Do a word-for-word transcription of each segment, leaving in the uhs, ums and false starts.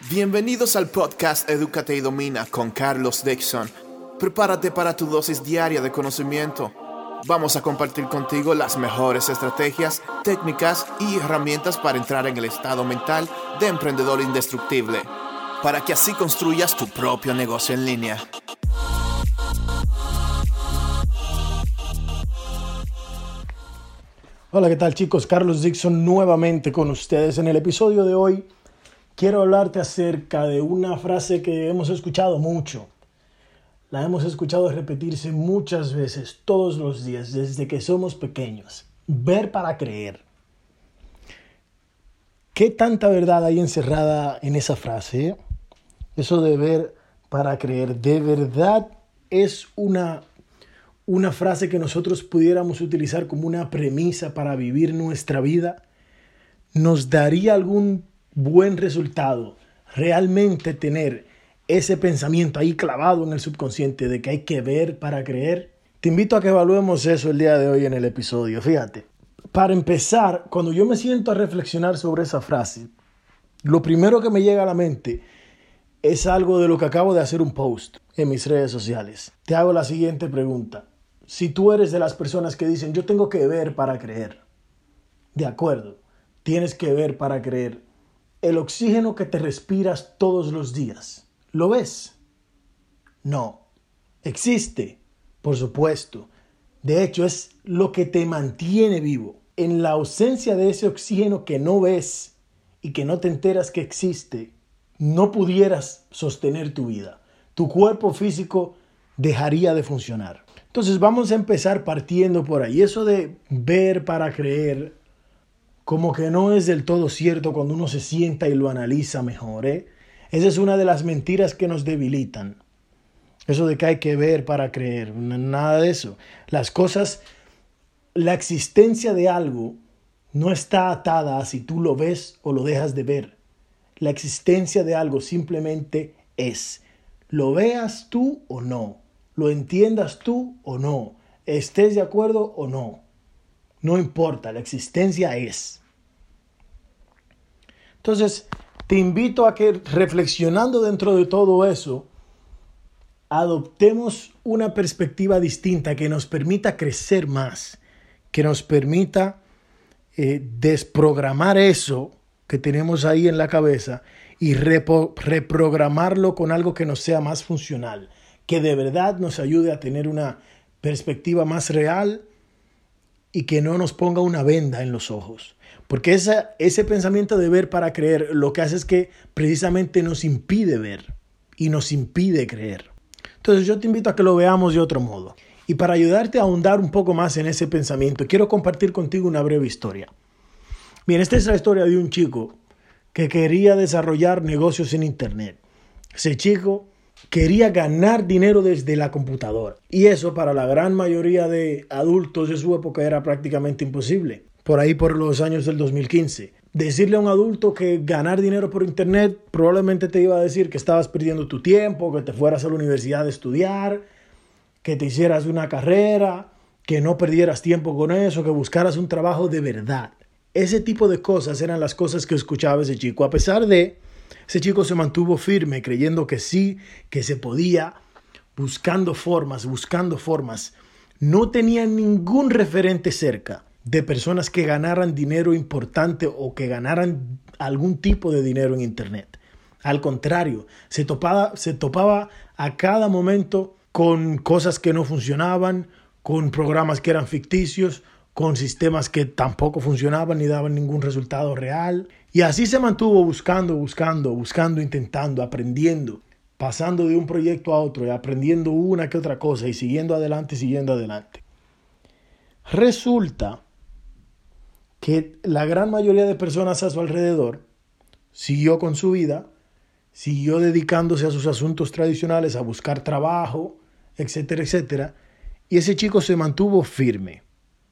Bienvenidos al podcast Edúcate y Domina con Carlos Dixon. Prepárate para tu dosis diaria de conocimiento. Vamos a compartir contigo las mejores estrategias, técnicas y herramientas para entrar en el estado mental de emprendedor indestructible, para que así construyas tu propio negocio en línea. Hola, ¿qué tal, chicos? Carlos Dixon nuevamente con ustedes. En el episodio de hoy quiero hablarte acerca de una frase que hemos escuchado mucho. La hemos escuchado repetirse muchas veces, todos los días, desde que somos pequeños. Ver para creer. ¿Qué tanta verdad hay encerrada en esa frase? Eso de ver para creer, ¿de verdad es una, una frase que nosotros pudiéramos utilizar como una premisa para vivir nuestra vida? ¿Nos daría algún buen resultado realmente tener ese pensamiento ahí clavado en el subconsciente de que hay que ver para creer? Te invito a que evaluemos eso el día de hoy en el episodio. Fíjate, para empezar, cuando yo me siento a reflexionar sobre esa frase, lo primero que me llega a la mente es algo de lo que acabo de hacer un post en mis redes sociales. Te hago la siguiente pregunta. Si tú eres de las personas que dicen yo tengo que ver para creer, de acuerdo, tienes que ver para creer. El oxígeno que te respiras todos los días, ¿lo ves? No. ¿Existe? Por supuesto. De hecho, es lo que te mantiene vivo. En la ausencia de ese oxígeno que no ves y que no te enteras que existe, no pudieras sostener tu vida. Tu cuerpo físico dejaría de funcionar. Entonces vamos a empezar partiendo por ahí. Eso de ver para creer, como que no es del todo cierto cuando uno se sienta y lo analiza mejor, ¿eh? Esa es una de las mentiras que nos debilitan. Eso de que hay que ver para creer, nada de eso. Las cosas, la existencia de algo no está atada a si tú lo ves o lo dejas de ver. La existencia de algo simplemente es. Lo veas tú o no, lo entiendas tú o no, estés de acuerdo o no. No importa, la existencia es. Entonces, te invito a que reflexionando dentro de todo eso, adoptemos una perspectiva distinta que nos permita crecer más, que nos permita eh, desprogramar eso que tenemos ahí en la cabeza y repo- reprogramarlo con algo que nos sea más funcional, que de verdad nos ayude a tener una perspectiva más real y que no nos ponga una venda en los ojos. Porque esa, ese pensamiento de ver para creer lo que hace es que precisamente nos impide ver y nos impide creer. Entonces yo te invito a que lo veamos de otro modo. Y para ayudarte a ahondar un poco más en ese pensamiento, quiero compartir contigo una breve historia. Bien, esta es la historia de un chico que quería desarrollar negocios en internet. Ese chico quería ganar dinero desde la computadora. Y eso para la gran mayoría de adultos de su época era prácticamente imposible. Por ahí por los años del dos mil quince. Decirle a un adulto que ganar dinero por internet probablemente te iba a decir que estabas perdiendo tu tiempo, que te fueras a la universidad a estudiar, que te hicieras una carrera, que no perdieras tiempo con eso, que buscaras un trabajo de verdad. Ese tipo de cosas eran las cosas que escuchaba ese chico. A pesar de... Ese chico se mantuvo firme, creyendo que sí, que se podía, buscando formas, buscando formas. No tenía ningún referente cerca de personas que ganaran dinero importante o que ganaran algún tipo de dinero en internet. Al contrario, se topaba, se topaba a cada momento con cosas que no funcionaban, con programas que eran ficticios, con sistemas que tampoco funcionaban ni daban ningún resultado real. Y así se mantuvo buscando, buscando, buscando, intentando, aprendiendo, pasando de un proyecto a otro y aprendiendo una que otra cosa y siguiendo adelante, siguiendo adelante. Resulta que la gran mayoría de personas a su alrededor siguió con su vida, siguió dedicándose a sus asuntos tradicionales, a buscar trabajo, etcétera, etcétera. Y ese chico se mantuvo firme.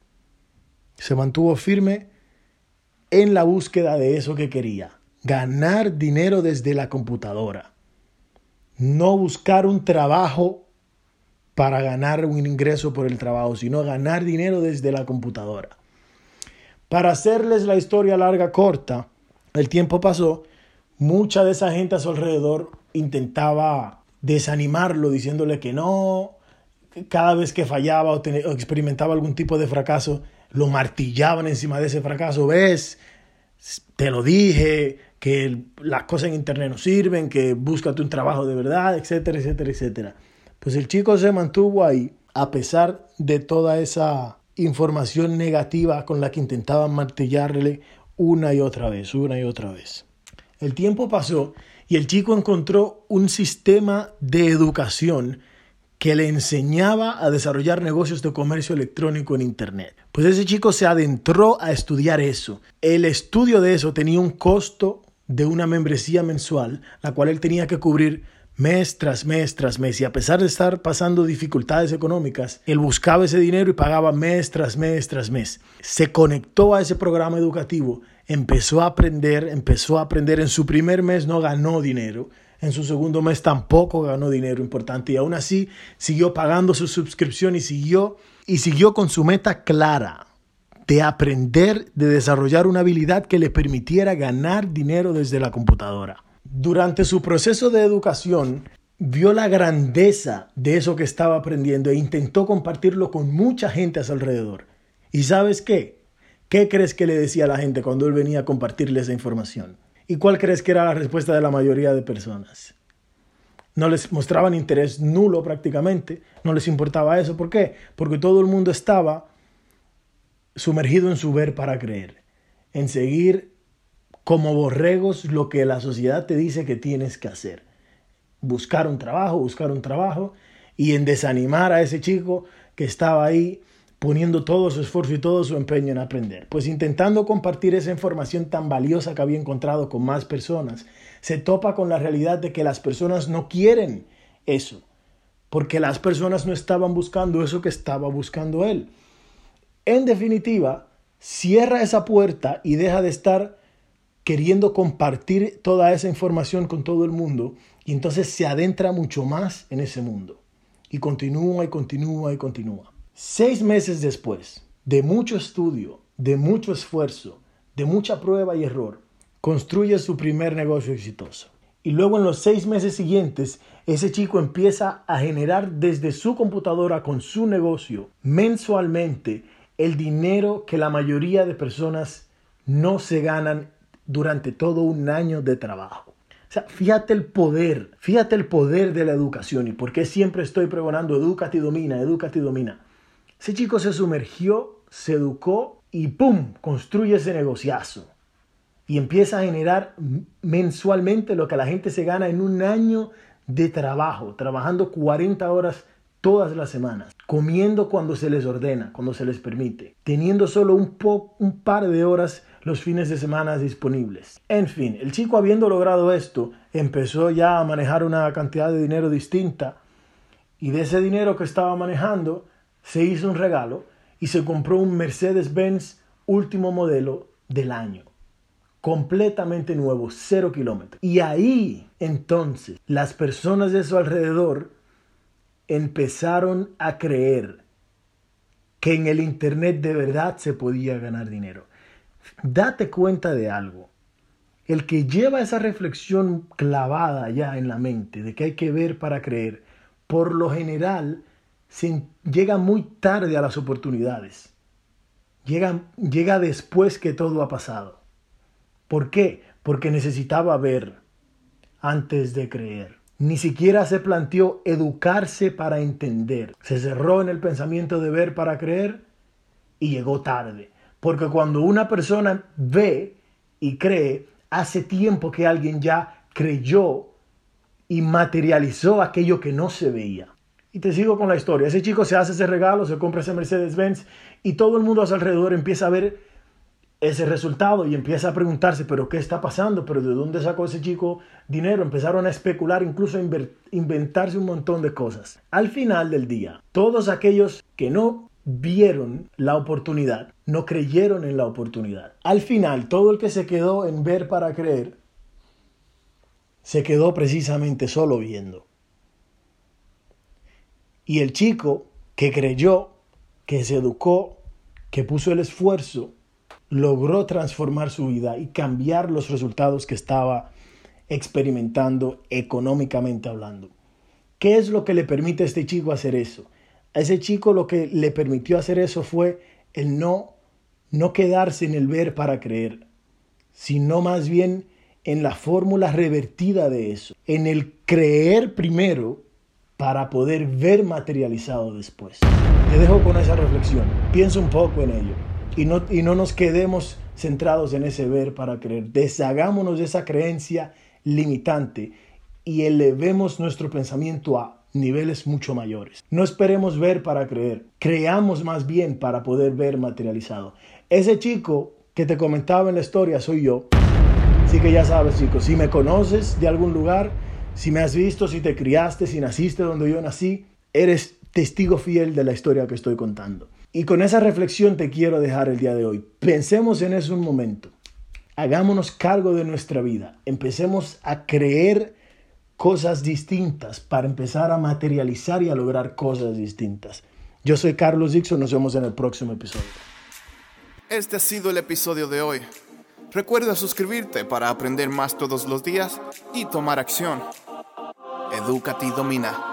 Se mantuvo firme en la búsqueda de eso que quería. Ganar dinero desde la computadora. No buscar un trabajo para ganar un ingreso por el trabajo, sino ganar dinero desde la computadora. Para hacerles la historia larga corta, el tiempo pasó, mucha de esa gente a su alrededor intentaba desanimarlo, diciéndole que no. Cada vez que fallaba o, ten- o experimentaba algún tipo de fracaso, lo martillaban encima de ese fracaso. ¿Ves? Te lo dije, que el- las cosas en internet no sirven, que búscate un trabajo de verdad, etcétera, etcétera, etcétera. Pues el chico se mantuvo ahí, a pesar de toda esa información negativa con la que intentaban martillarle una y otra vez, una y otra vez. El tiempo pasó y el chico encontró un sistema de educación que le enseñaba a desarrollar negocios de comercio electrónico en internet. Pues ese chico se adentró a estudiar eso. El estudio de eso tenía un costo de una membresía mensual, la cual él tenía que cubrir mes tras mes tras mes. Y a pesar de estar pasando dificultades económicas, él buscaba ese dinero y pagaba mes tras mes tras mes. Se conectó a ese programa educativo, empezó a aprender, empezó a aprender. En su primer mes no ganó dinero. En su segundo mes tampoco ganó dinero importante y aún así siguió pagando su suscripción y siguió, y siguió con su meta clara de aprender, de desarrollar una habilidad que le permitiera ganar dinero desde la computadora. Durante su proceso de educación, vio la grandeza de eso que estaba aprendiendo e intentó compartirlo con mucha gente a su alrededor. ¿Y sabes qué? ¿Qué crees que le decía a la gente cuando él venía a compartirle esa información? ¿Y cuál crees que era la respuesta de la mayoría de personas? No les mostraban interés nulo prácticamente, no les importaba eso. ¿Por qué? Porque todo el mundo estaba sumergido en su ver para creer, en seguir como borregos lo que la sociedad te dice que tienes que hacer. Buscar un trabajo, buscar un trabajo y en desanimar a ese chico que estaba ahí poniendo todo su esfuerzo y todo su empeño en aprender. Pues intentando compartir esa información tan valiosa que había encontrado con más personas, se topa con la realidad de que las personas no quieren eso, porque las personas no estaban buscando eso que estaba buscando él. En definitiva, cierra esa puerta y deja de estar queriendo compartir toda esa información con todo el mundo y entonces se adentra mucho más en ese mundo y continúa y continúa y continúa. Seis meses después de mucho estudio, de mucho esfuerzo, de mucha prueba y error, construye su primer negocio exitoso. Y luego en los seis meses siguientes, ese chico empieza a generar desde su computadora con su negocio mensualmente el dinero que la mayoría de personas no se ganan durante todo un año de trabajo. O sea, fíjate el poder, fíjate el poder de la educación y por qué siempre estoy pregonando edúcate y domina, edúcate y domina. Ese chico se sumergió, se educó y ¡pum! Construye ese negociazo. Y empieza a generar mensualmente lo que la gente se gana en un año de trabajo, trabajando cuarenta horas todas las semanas, comiendo cuando se les ordena, cuando se les permite, teniendo solo un, po- un par de horas los fines de semana disponibles. En fin, el chico habiendo logrado esto, empezó ya a manejar una cantidad de dinero distinta y de ese dinero que estaba manejando, se hizo un regalo y se compró un Mercedes-Benz último modelo del año. Completamente nuevo, cero kilómetros. Y ahí, entonces, las personas de su alrededor empezaron a creer que en el internet de verdad se podía ganar dinero. Date cuenta de algo. El que lleva esa reflexión clavada ya en la mente de que hay que ver para creer, por lo general, se llega muy tarde a las oportunidades. Llega, llega después que todo ha pasado. ¿Por qué? Porque necesitaba ver antes de creer. Ni siquiera se planteó educarse para entender. Se cerró en el pensamiento de ver para creer y llegó tarde. Porque cuando una persona ve y cree, hace tiempo que alguien ya creyó y materializó aquello que no se veía. Y te sigo con la historia. Ese chico se hace ese regalo, se compra ese Mercedes-Benz y todo el mundo a su alrededor empieza a ver ese resultado y empieza a preguntarse, ¿pero qué está pasando? ¿Pero de dónde sacó ese chico dinero? Empezaron a especular, incluso a inventarse un montón de cosas. Al final del día, todos aquellos que no vieron la oportunidad, no creyeron en la oportunidad. Al final, todo el que se quedó en ver para creer, se quedó precisamente solo viendo. Y el chico que creyó, que se educó, que puso el esfuerzo, logró transformar su vida y cambiar los resultados que estaba experimentando económicamente hablando. ¿Qué es lo que le permite a este chico hacer eso? A ese chico lo que le permitió hacer eso fue el no, no quedarse en el ver para creer, sino más bien en la fórmula revertida de eso, en el creer primero para poder ver materializado después. Te dejo con esa reflexión, piensa un poco en ello y no, y no nos quedemos centrados en ese ver para creer. Deshagámonos de esa creencia limitante y elevemos nuestro pensamiento a niveles mucho mayores. No esperemos ver para creer, creamos más bien para poder ver materializado. Ese chico que te comentaba en la historia soy yo. Así que ya sabes, chicos, si me conoces de algún lugar, si me has visto, si te criaste, si naciste donde yo nací, eres testigo fiel de la historia que estoy contando. Y con esa reflexión te quiero dejar el día de hoy. Pensemos en eso un momento. Hagámonos cargo de nuestra vida. Empecemos a creer cosas distintas para empezar a materializar y a lograr cosas distintas. Yo soy Carlos Dixon, nos vemos en el próximo episodio. Este ha sido el episodio de hoy. Recuerda suscribirte para aprender más todos los días y tomar acción. Edúcate y domina.